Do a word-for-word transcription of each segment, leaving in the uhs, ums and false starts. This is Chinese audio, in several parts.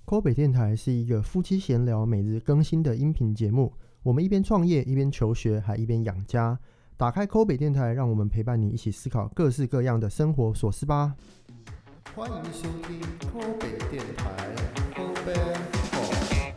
Call 北电台是一个夫妻闲聊每日更新的音频节目，我们一边创业一边求学还一边养家。打开 Call 北电台，让我们陪伴你一起思考各式各样的生活琐事吧。欢迎收听 Call 北电台 Call Back Call。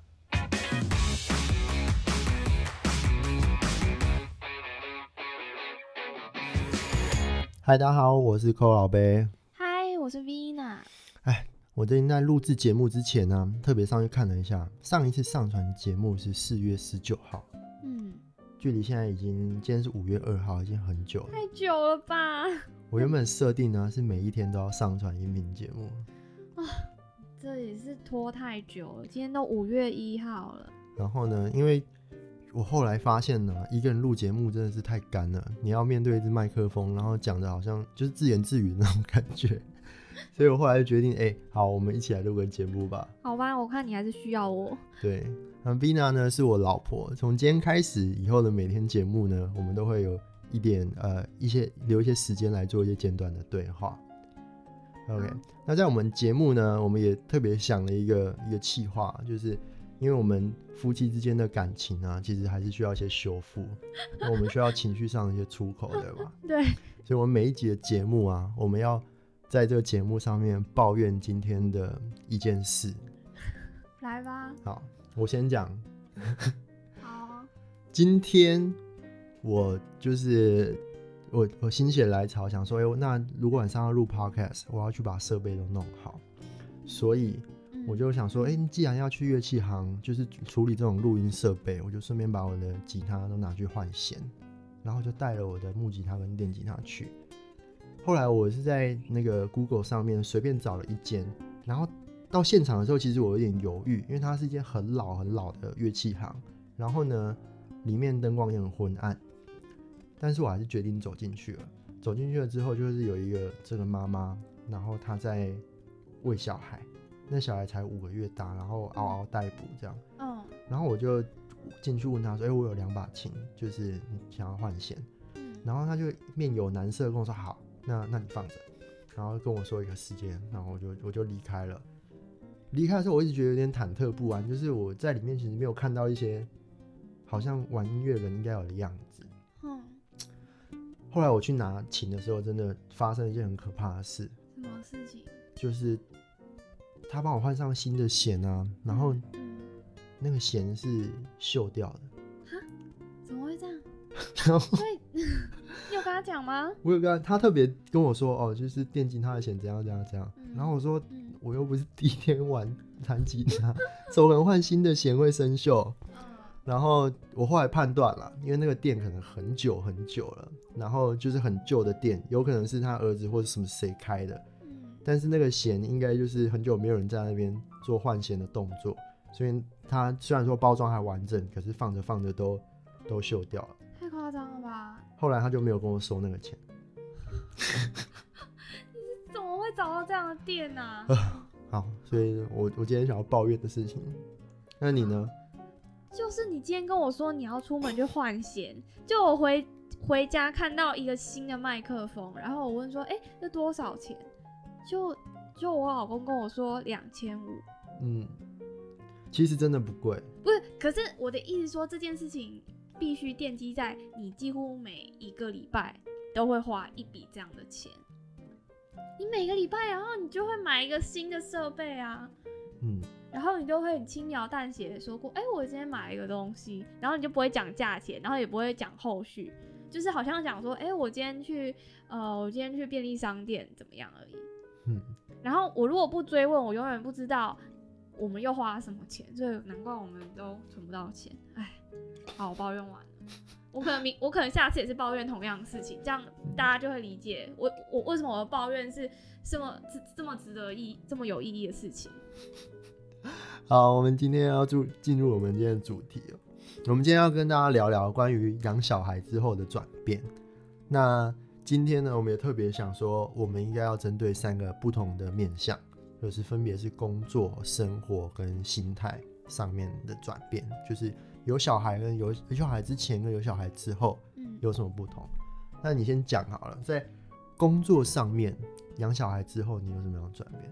嗨，大家好，我是 Call 老杯。 嗨，我是 Vina。 哎，我最近在录制节目之前呢、啊，特别上去看了一下，上一次上传节目是四月十九号，嗯，距离现在已经今天是五月二号，已经很久了， 太久了吧？ 我原本设定呢是每一天都要上传音频节目啊，这也是拖太久了，今天都五月一号了。 然后呢，因为我后来发现呢，一个人录节目真的是太干了，你要面对一支麦克风，然后讲的好像就是自言自语的那种感觉。所以我后来就决定，哎、欸，好，我们一起来录个节目吧。 好吧，我看你还是需要我。 对，那 Vina 呢是我老婆，从今天开始以后的每天节目呢，我们都会有一点呃一些留一些时间来做一些简短的对话。OK，、嗯、那在我们节目呢，我们也特别想了一个一个企划，就是因为我们夫妻之间的感情啊，其实还是需要一些修复，那我们需要情绪上的一些出口，对吧？ 对， 所以我们每一集的节目啊，我们要在这个节目上面抱怨今天的一件事。 来吧。 好，我先讲。 好啊。今天我就是我我心血来潮，想说，哎、欸，那如果晚上要录 podcast， 我要去把设备都弄好，所以我就想说，哎、欸，既然要去乐器行，就是处理这种录音设备，我就顺便把我的吉他都拿去换弦，然后就带了我的木吉他跟电吉他去。后来我是在那个 Google 上面随便找了一间，然后到现场的时候，其实我有点犹豫，因为它是一间很老很老的乐器行，然后呢，里面灯光也很昏暗，但是我还是决定走进去了。走进去了之后，就是有一个这个妈妈，然后她在喂小孩，那小孩才五个月大，然后嗷嗷待哺这样。嗯。然后我就进去问她说：“哎、欸，我有两把琴，就是想要换弦。”嗯。然后她就面有难色跟我说：“好。”那那你放着，然后跟我说一个时间，然后我就我就离开了。离开的时候，我一直觉得有点忐忑不安，就是我在里面其实没有看到一些好像玩音乐人应该有的样子。嗯。后来我去拿琴的时候，真的发生一件很可怕的事。 什么事情？就是他帮我换上新的弦啊，然后那个弦是锈掉的。 哈？怎么会这样？然后所以你有跟他讲吗？ 我有跟他，他特别跟我说，哦，就是电吉他的弦怎样怎样怎样、嗯。然后我说、嗯，我又不是第一天玩弹吉他，怎么可能换新的弦会生锈、嗯？然后我后来判断了，因为那个店可能很久很久了，然后就是很旧的店，有可能是他儿子或者什么谁开的、嗯。但是那个弦应该就是很久没有人在那边做换弦的动作，所以它虽然说包装还完整，可是放着放着都都锈掉了。 太夸张了吧！ 后来他就没有跟我收那个钱。 你是怎么会找到这样的店啊？ 好，所以我我今天想要抱怨的事情，那你呢？ 就是你今天跟我说你要出门去换弦，就我回回家看到一个新的麦克风，然后我问说，哎、欸，这多少钱？就就我老公跟我说两千五。嗯， 其实真的不贵。 不是，可是我的意思说这件事情必须奠基在你几乎每一个礼拜都会花一笔这样的钱。你每个礼拜，然后你就会买一个新的设备啊，嗯，然后你都会很轻描淡写的说过，哎、欸，我今天买了一个东西，然后你就不会讲价钱，然后也不会讲后续，就是好像讲说，哎、欸，我今天去，呃，我今天去便利商店怎么样而已，嗯，然后我如果不追问，我永远不知道我们又花了什么钱，所以难怪我们都存不到钱，哎。好，我抱怨完了。我可能明，我可能下次也是抱怨同样的事情，这样大家就会理解我我为什么我的抱怨是这么这么值得意、这么有意义的事情。 好，我们今天要进入我们今天的主题了。我们今天要跟大家聊聊关于养小孩之后的转变。那今天呢，我们也特别想说，我们应该要针对三个不同的面向，就是分别是工作、生活跟心态上面的转变，就是有小孩跟有有小孩之前跟有小孩之后有什么不同？嗯、那你先讲好了，在工作上面养小孩之后你有什么样的转变？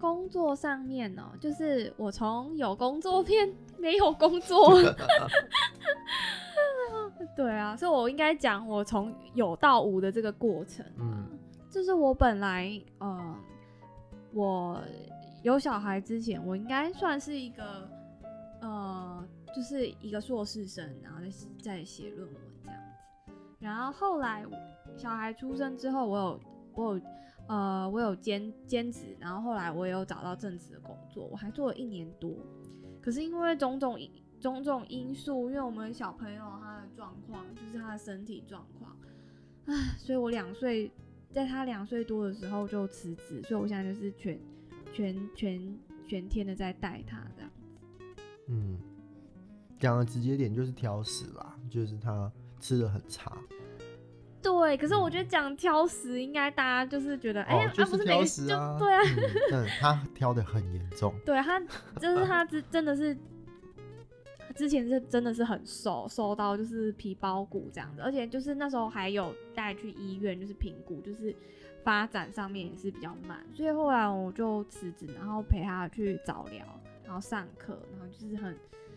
工作上面呢、喔，就是我从有工作变没有工作，对啊，所以我应该讲我从有到无的这个过程。嗯，就是我本来呃，我有小孩之前，我应该算是一个呃，就是一个硕士生，然后在在写论文这样子。然后后来小孩出生之后，我有我有。呃，我有兼兼职，然后后来我也有找到正职的工作，我还做了一年多。可是因为种种种种因素，因为我们小朋友他的状况，就是他的身体状况，唉，所以我两岁，在他两岁多的时候就辞职，所以我现在就是全全全全天的在带他这样子。 嗯，讲的直接点就是挑食啦，就是他吃的很差。 对，可是我觉得讲挑食，应该大家就是觉得，哎、欸， 哦，就是挑食啊， 啊对啊， 嗯，他挑的很严重， 对他，就是他真的是，之前是真的是很瘦，瘦到就是皮包骨这样子，而且就是那时候还有带去医院，就是评估，就是发展上面也是比较慢，所以后来我就辞职，然后陪他去早疗，然后上课，然后就是很。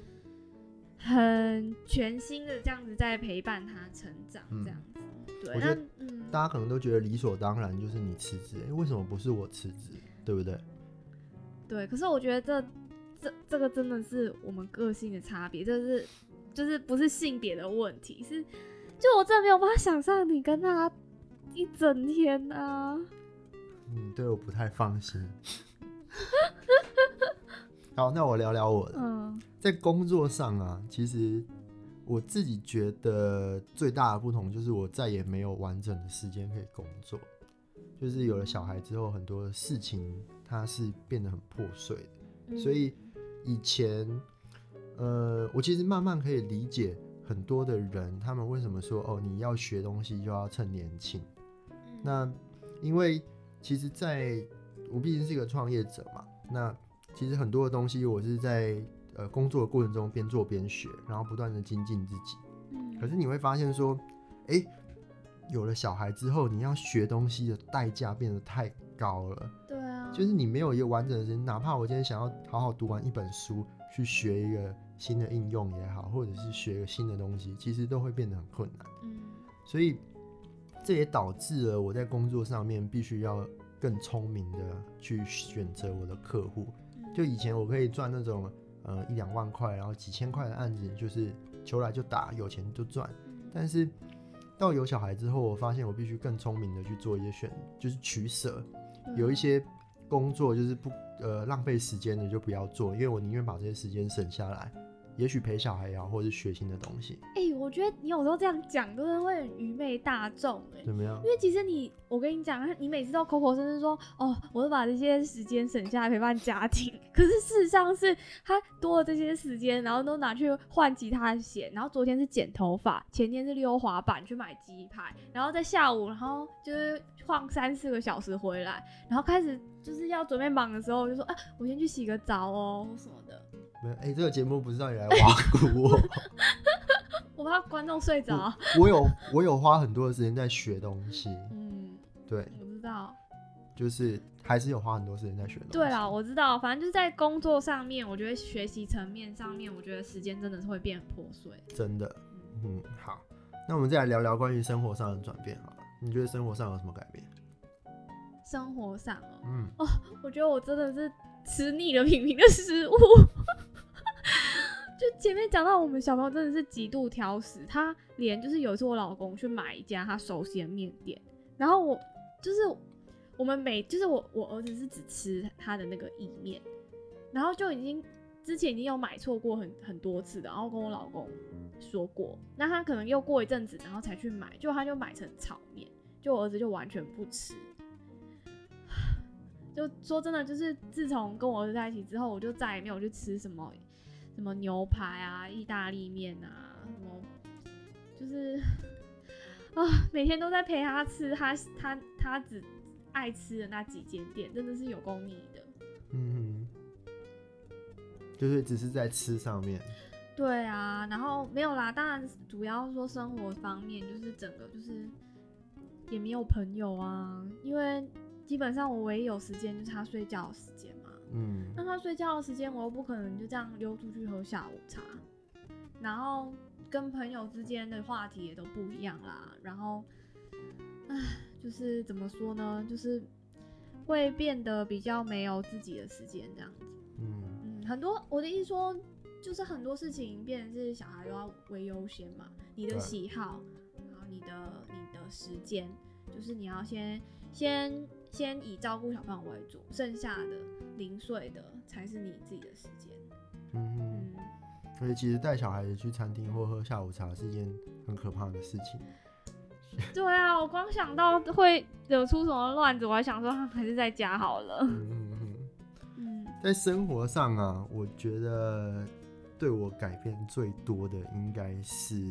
很全心的这样子在陪伴他成长，这样子。嗯、对， 我觉得、 嗯、 大家可能都觉得理所当然，就是你辞职，哎，为什么不是我辞职？对不对？ 对，可是我觉得这这这个真的是我们个性的差别，这是就是不是性别的问题，是就我真的没有办法想象你跟他一整天啊。 嗯，对我不太放心。好，那我聊聊我的。嗯，在工作上啊，其实我自己觉得最大的不同就是我再也没有完整的时间可以工作。就是有了小孩之后，很多事情它是变得很破碎的。嗯、所以以前，呃，我其实慢慢可以理解很多的人，他们为什么说哦，你要学东西就要趁年轻。嗯、那因为其实在我毕竟是一个创业者嘛，那其实很多的东西我是在呃工作的过程中边做边学，然后不断的精进自己。嗯、可是你会发现说，哎、欸，有了小孩之后，你要学东西的代价变得太高了。 对啊， 就是你没有一个完整的时间，哪怕我今天想要好好读完一本书，去学一个新的应用也好，或者是学一个新的东西，其实都会变得很困难。嗯，所以这也导致了我在工作上面必须要更聪明的去选择我的客户。就以前我可以赚那种呃一两万块，然后几千块的案子，就是求来就打，有钱就赚。但是到有小孩之后，我发现我必须更聪明的去做一些选，就是取舍。有一些工作就是不呃浪费时间的就不要做，因为我宁愿把这些时间省下来，也许陪小孩也好，或者是学新的东西。 哎、欸，我觉得你有时候这样讲，真的会很愚昧大众哎。 怎么样？ 因为其实你，我跟你讲，你每次都口口声声说，哦，我会把这些时间省下来陪伴家庭，可是事实上是他多了这些时间，然后都拿去换其他的钱，然后昨天是剪头发，前天是溜滑板去买鸡排，然后在下午，然后就是晃三四个小时回来，然后开始就是要准备忙的时候，就说，啊，我先去洗个澡哦，什么的。 哎、欸，这个节目不是让你来挖苦我。 我怕观众睡着。 我, 我有我有花很多的时间在学东西。嗯，对， 我知道， 就是还是有花很多时间在学东西。 对啦，我知道，反正就是在工作上面，我觉得学习层面上面，我觉得时间真的是会变破碎。 真的，嗯，好，那我们再来聊聊关于生活上的转变好了。你觉得生活上有什么改变？ 生活上哦， 嗯， 哦，我觉得我真的是吃腻了平平的食物。就前面讲到我们小朋友真的是极度挑食，他连就是有一次我老公去买一家他熟悉的面店，然后我就是我们每就是我我儿子是只吃他的那个意面，然后就已经之前已经有买错过很很多次的，然后跟我老公说过，那他可能又过一阵子然后才去买，就他就买成炒面，就我儿子就完全不吃。就说真的，就是自从跟我儿子在一起之后，我就再也没有去吃什么什么牛排啊、意大利面啊，什么就是啊，每天都在陪他吃他他他只爱吃的那几间店，真的是有够腻的。 嗯哼，就是只是在吃上面。 对啊，然后没有啦，当然主要说生活方面，就是整个就是也没有朋友啊，因为基本上我唯一有时间就是他睡觉的时间嘛， 嗯， 那他睡觉的时间我又不可能就这样溜出去喝下午茶，然后跟朋友之间的话题也都不一样啦，然后唉，就是怎么说呢，就是会变得比较没有自己的时间这样子。 嗯嗯，很多我的意思说，就是很多事情变成是小孩都要为优先嘛，你的喜好，然后你的你的时间，就是你要先先先以照顾小朋友为主，剩下的零碎的才是你自己的时间。 嗯嗯， 而且其实带小孩子去餐厅或喝下午茶是一件很可怕的事情。 对啊，我光想到会惹出什么乱子，我还想说还是在家好了。 嗯嗯嗯。 嗯， 在生活上啊，我觉得对我改变最多的应该是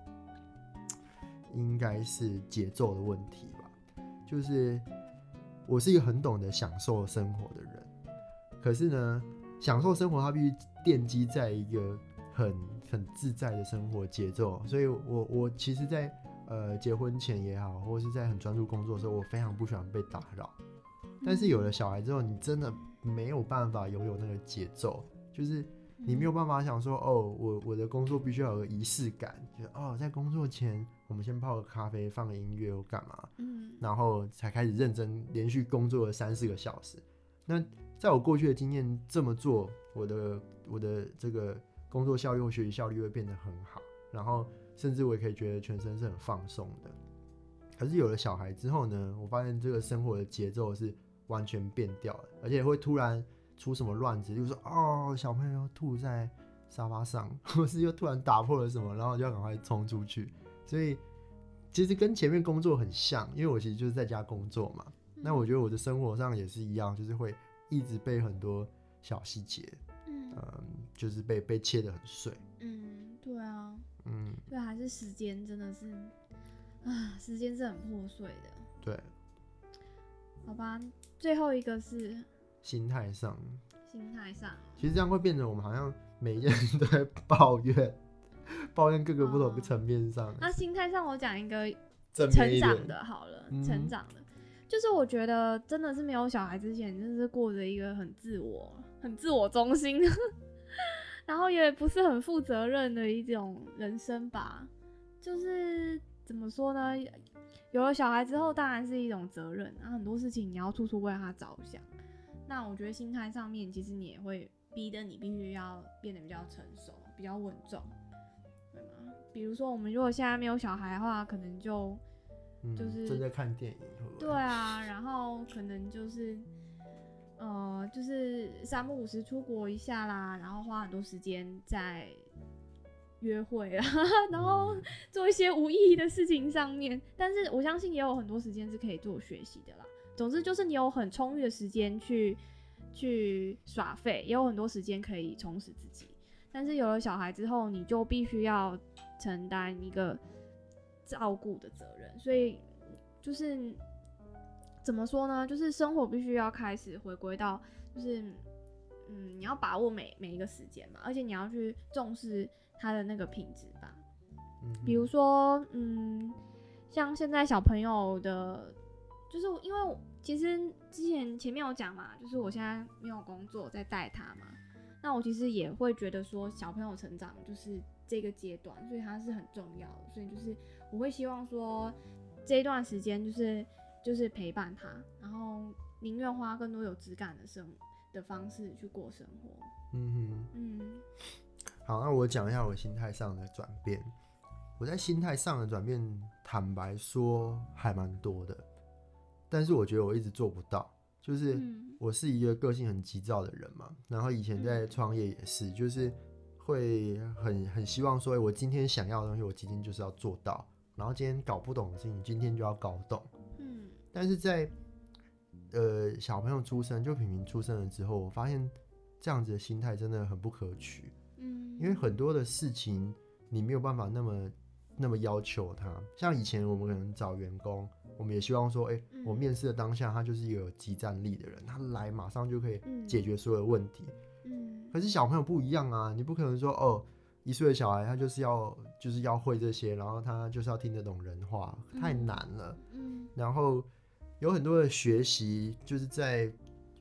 应该是节奏的问题吧。就是我是一个很懂得享受生活的人，可是呢，享受生活它必须奠基在一个很很自在的生活节奏，所以我我其实在，呃结婚前也好，或是在很专注工作的时候，我非常不喜欢被打扰。但是有了小孩之后，你真的没有办法拥有那个节奏，就是你没有办法想说，哦，我我的工作必须要有个仪式感，就是哦，在工作前我们先泡个咖啡，放个音乐或干嘛， 嗯， 然后才开始认真连续工作了三四个小时。那在我过去的经验，这么做，我的我的这个工作效率或学习效率会变得很好，然后甚至我也可以觉得全身是很放松的。可是有了小孩之后呢，我发现这个生活的节奏是完全变掉了，而且会突然出什么乱子，就是说哦，小朋友吐在沙发上，或是又突然打破了什么，然后就要赶快冲出去。所以其实跟前面工作很像，因为我其实就是在家工作嘛。 嗯、 那我觉得我的生活上也是一样，就是会一直被很多小细节，嗯、呃，就是被被切得很碎。 嗯，对啊， 嗯， 对，还是时间真的是啊，时间是很破碎的。 对， 好吧，最后一个是心态上， 心态上， 其实这样会变成我们好像每一件事都在抱怨，抱怨各个不同的层面上。 哦、那心态上，我讲一个成长的好了， 嗯、 成长的，就是我觉得真的是没有小孩之前，真的是过着一个很自我、很自我中心，然后也不是很负责任的一种人生吧。就是怎么说呢？有了小孩之后，当然是一种责任，然后很多事情你要处处为他着想。那我觉得心态上面，其实你也会逼得你必须要变得比较成熟、比较稳重，对吗？比如说，我们如果现在没有小孩的话，可能就就是正在看电影，会不会？ 对啊，然后可能就是呃，就是三不五时出国一下啦，然后花很多时间在约会啦，然后做一些无意义的事情上面。但是我相信也有很多时间是可以做学习的啦。总之就是你有很充裕的时间去去耍废，也有很多时间可以充实自己。但是有了小孩之后，你就必须要承担一个照顾的责任，所以就是怎么说呢？就是生活必须要开始回归到，就是嗯，你要把握每每一个时间嘛，而且你要去重视它的那个品质吧。嗯，比如说，嗯，像现在小朋友的，就是因为其实之前前面有讲嘛，就是我现在没有工作在带他嘛，那我其实也会觉得说小朋友成长就是这个阶段，所以它是很重要的，所以就是我会希望说这一段时间就是就是陪伴他，然后宁愿花更多有质感的生的方式去过生活。 嗯哼， 嗯， 好，那我讲一下我心态上的转变。我在心态上的转变，坦白说还蛮多的，但是我觉得我一直做不到。就是我是一个个性很急躁的人嘛，然后以前在创业也是，就是会很很希望说，我今天想要的东西，我今天就是要做到，然后今天搞不懂的事情，今天就要搞懂。嗯，但是在呃小朋友出生，就平平出生了之后，我发现这样子的心态真的很不可取。嗯，因为很多的事情你没有办法那么那么要求他，像以前我们可能找员工，我们也希望说，哎、欸，嗯、我面试的当下，他就是一个有即战力的人，他来马上就可以解决所有的问题。嗯，可是小朋友不一样啊，你不可能说，哦，一岁的小孩他就是要就是要会这些，然后他就是要听得懂人话，太难了。嗯，然后有很多的学习，就是在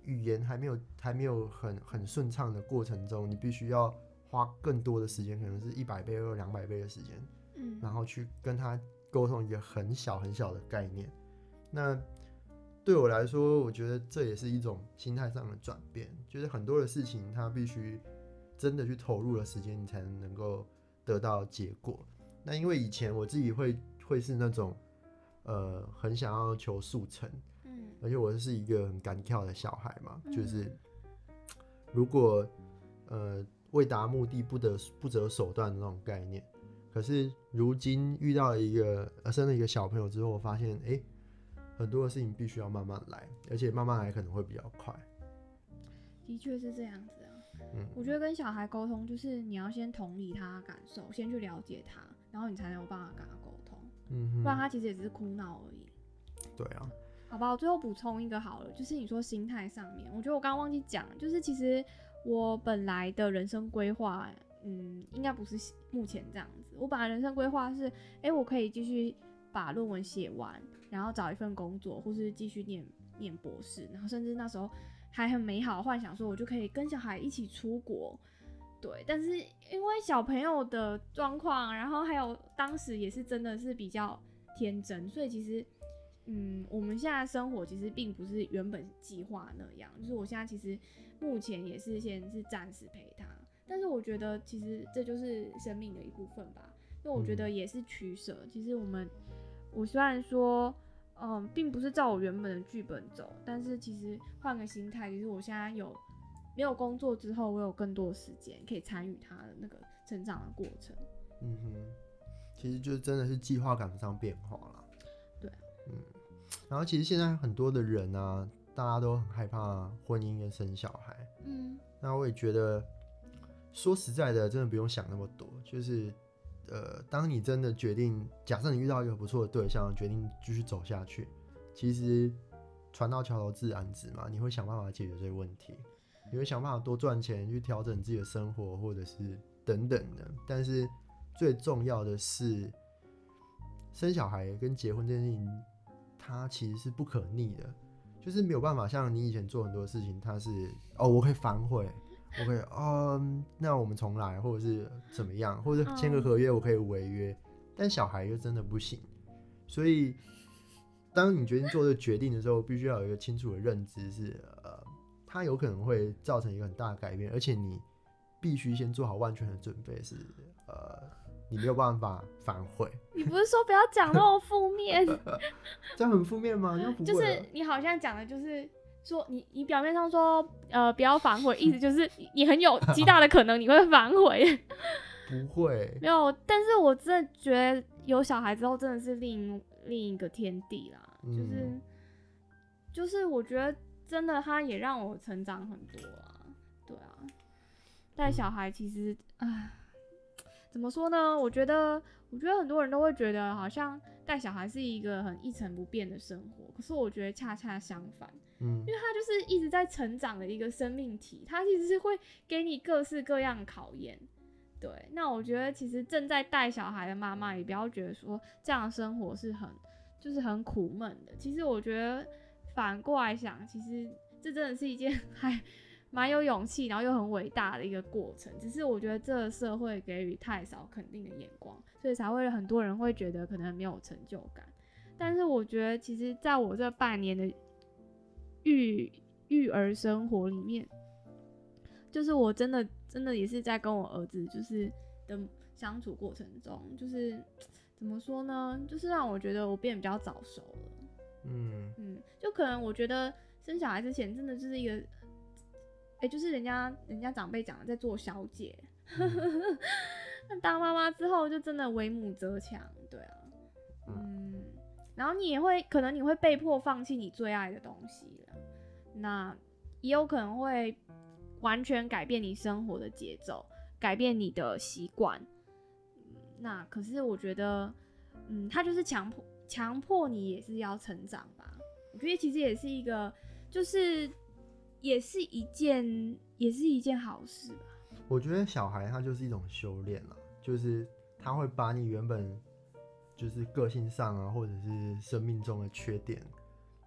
语言还没有还没有很很顺畅的过程中，你必须要花更多的时间，可能是一百倍或两百倍的时间， 嗯， 然后去跟他沟通一个很小很小的概念。那对我来说，我觉得这也是一种心态上的转变，就是很多的事情它必须真的去投入的时间，你才能够得到结果。那因为以前我自己会会是那种呃很想要求速成，嗯，而且我是一个很敢跳的小孩嘛，嗯、就是如果呃为达目的不得不择手段的那种概念。可是如今遇到了一个呃生了一个小朋友之后，我发现哎。欸很多的事情必须要慢慢来，而且慢慢来可能会比较快。 的确是这样子啊。嗯，我觉得跟小孩沟通，就是你要先同理他的感受，先去了解他，然后你才能有办法跟他沟通。嗯哼，不然他其实也只是哭闹而已。 对啊。 好吧，我最后补充一个好了，就是你说心态上面，我觉得我刚刚忘记讲，就是其实我本来的人生规划，嗯，应该不是目前这样子。我本来人生规划是，哎、欸，我可以继续把论文写完。然后找一份工作，或是继续念念博士，然后甚至那时候还很美好的幻想说，我就可以跟小孩一起出国。对，但是因为小朋友的状况，然后还有当时也是真的是比较天真，所以其实，嗯，我们现在生活其实并不是原本计划那样。就是我现在其实目前也是先是暂时陪他，但是我觉得其实这就是生命的一部分吧，因为我觉得也是取舍。其实我们。我虽然说，嗯，并不是照我原本的剧本走，但是其实换个心态，其实我现在有没有工作之后，我有更多的时间可以参与他的那个成长的过程。 嗯哼，其实就真的是计划赶不上变化啦。 对， 嗯，然后其实现在很多的人啊，大家都很害怕婚姻跟生小孩。嗯，那我也觉得，说实在的，真的不用想那么多，就是。呃，当你真的决定，假设你遇到一个不错的对象，决定继续走下去，其实船到桥头自然直嘛，你会想办法解决这个问题，你会想办法多赚钱，去调整自己的生活，或者是等等的。但是最重要的是，生小孩跟结婚这件事情，它其实是不可逆的，就是没有办法像你以前做很多事情，它是哦，我可以反悔。我可以，嗯，那我们重来，或者是怎么样，或者签个合约，我可以违约。但小孩就真的不行，所以当你决定做这个决定的时候，必须要有一个清楚的认知是，呃，它有可能会造成一个很大的改变，而且你必须先做好万全的准备，是，呃，你没有办法反悔。 你不是说不要讲那么负面？ 这样很负面吗？不会， 就是你好像讲的就是。说你你表面上说呃不要反悔，意思就是你很有极大的可能你会反悔。 不会， 没有，但是我真的觉得有小孩之后真的是另另一个天地啦，嗯、就是就是我觉得真的他也让我成长很多啊，对啊，带小孩其实唉怎么说呢？我觉得我觉得很多人都会觉得好像带小孩是一个很一成不变的生活，可是我觉得恰恰相反。嗯，因为他就是一直在成长的一个生命体，他其实是会给你各式各样的考验。对，那我觉得其实正在带小孩的妈妈也不要觉得说这样的生活是很就是很苦闷的。其实我觉得反过来想，其实这真的是一件还蛮有勇气，然后又很伟大的一个过程。只是我觉得这个社会给予太少肯定的眼光，所以才会很多人会觉得可能没有成就感。但是我觉得其实在我这半年的育育儿生活里面，就是我真的真的也是在跟我儿子就是的相处过程中，就是怎么说呢，就是让我觉得我变得比较早熟了。嗯嗯，就可能我觉得生小孩之前真的就是一个，哎、欸，就是人家人家长辈讲的在做小姐，嗯、那当妈妈之后就真的为母则强，对啊，嗯。然后你也会，可能你会被迫放弃你最爱的东西了，那也有可能会完全改变你生活的节奏，改变你的习惯。那可是我觉得，嗯，他就是强迫强迫你也是要成长吧。我觉得其实也是一个，就是也是一件也是一件好事吧。 我觉得小孩他就是一种修炼啦，就是他会把你原本就是个性上啊，或者是生命中的缺点，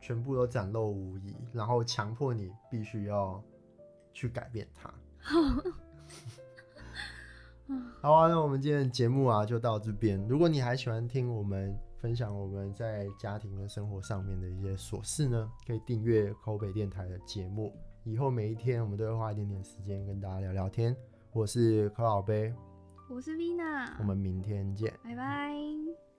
全部都展露无遗，然后强迫你必须要去改变它。好啊，那我们今天的节目啊就到这边。如果你还喜欢听我们分享我们在家庭跟生活上面的一些琐事呢，可以订阅口北电台的节目。以后每一天我们都会花一点点时间跟大家聊聊天。我是口老杯， 我是 Vina， 我们明天见， 拜拜。